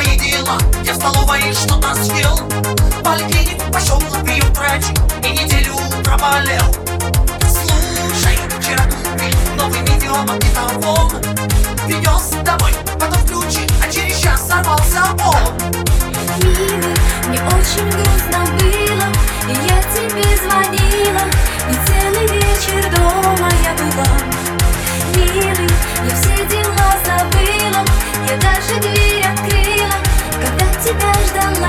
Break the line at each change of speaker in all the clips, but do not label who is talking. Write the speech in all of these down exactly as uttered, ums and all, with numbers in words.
твои дела? Я в столовой что-то съел, в поликлинику пошел на прием к врачу и неделю проболел. Слушай, вчера купил новый видеомагнитофон, привез домой, потом включил, а через час сорвался он.
Милый, мне очень грустно было, и я тебе звонила, и целый вечер дома я была. Милый, я все дела забыла, я даже дверь открыла, когда тебя ждала.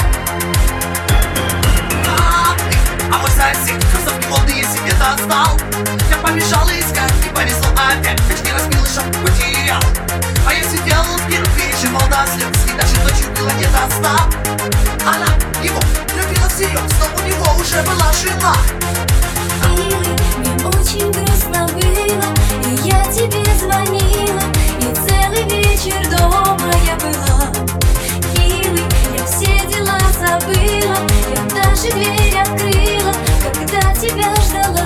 А, а мой сосед кроссовки модные себе достал. Я побежала искать и повезло опять, ведь не разбил, шаг потерял. А я сидел вперед, переживал до слез, и даже ночью было не до сна. Она его любила всерьез, но у него уже была жена.
Милый, мне очень грустно было, и я тебе звонила, и целый вечер дома я была. Милый, я все дела забыла, я даже дверь открыла, когда тебя ждала.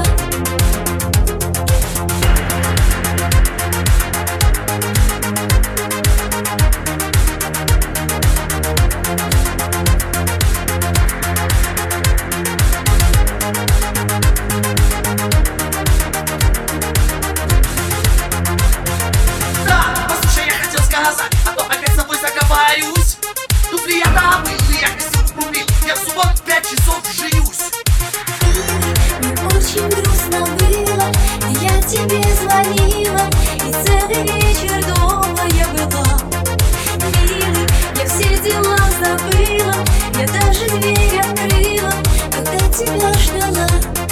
А то опять с тобой заговариваюсь. Туфли я добыл, и я костюм купил, я в субботу в пять часов женюсь.
Мне очень грустно было, и я тебе звонила, и целый вечер дома я была. Милый, я все дела забыла, я даже дверь открыла, когда тебя ждала.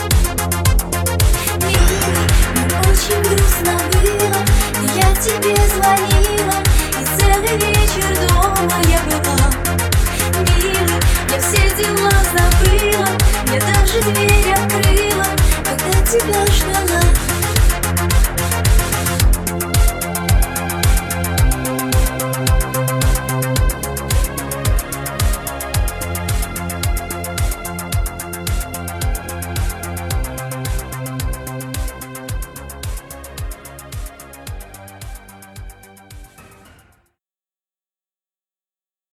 Милый, мне очень грустно было, и я тебе звонила, и целый вечер дома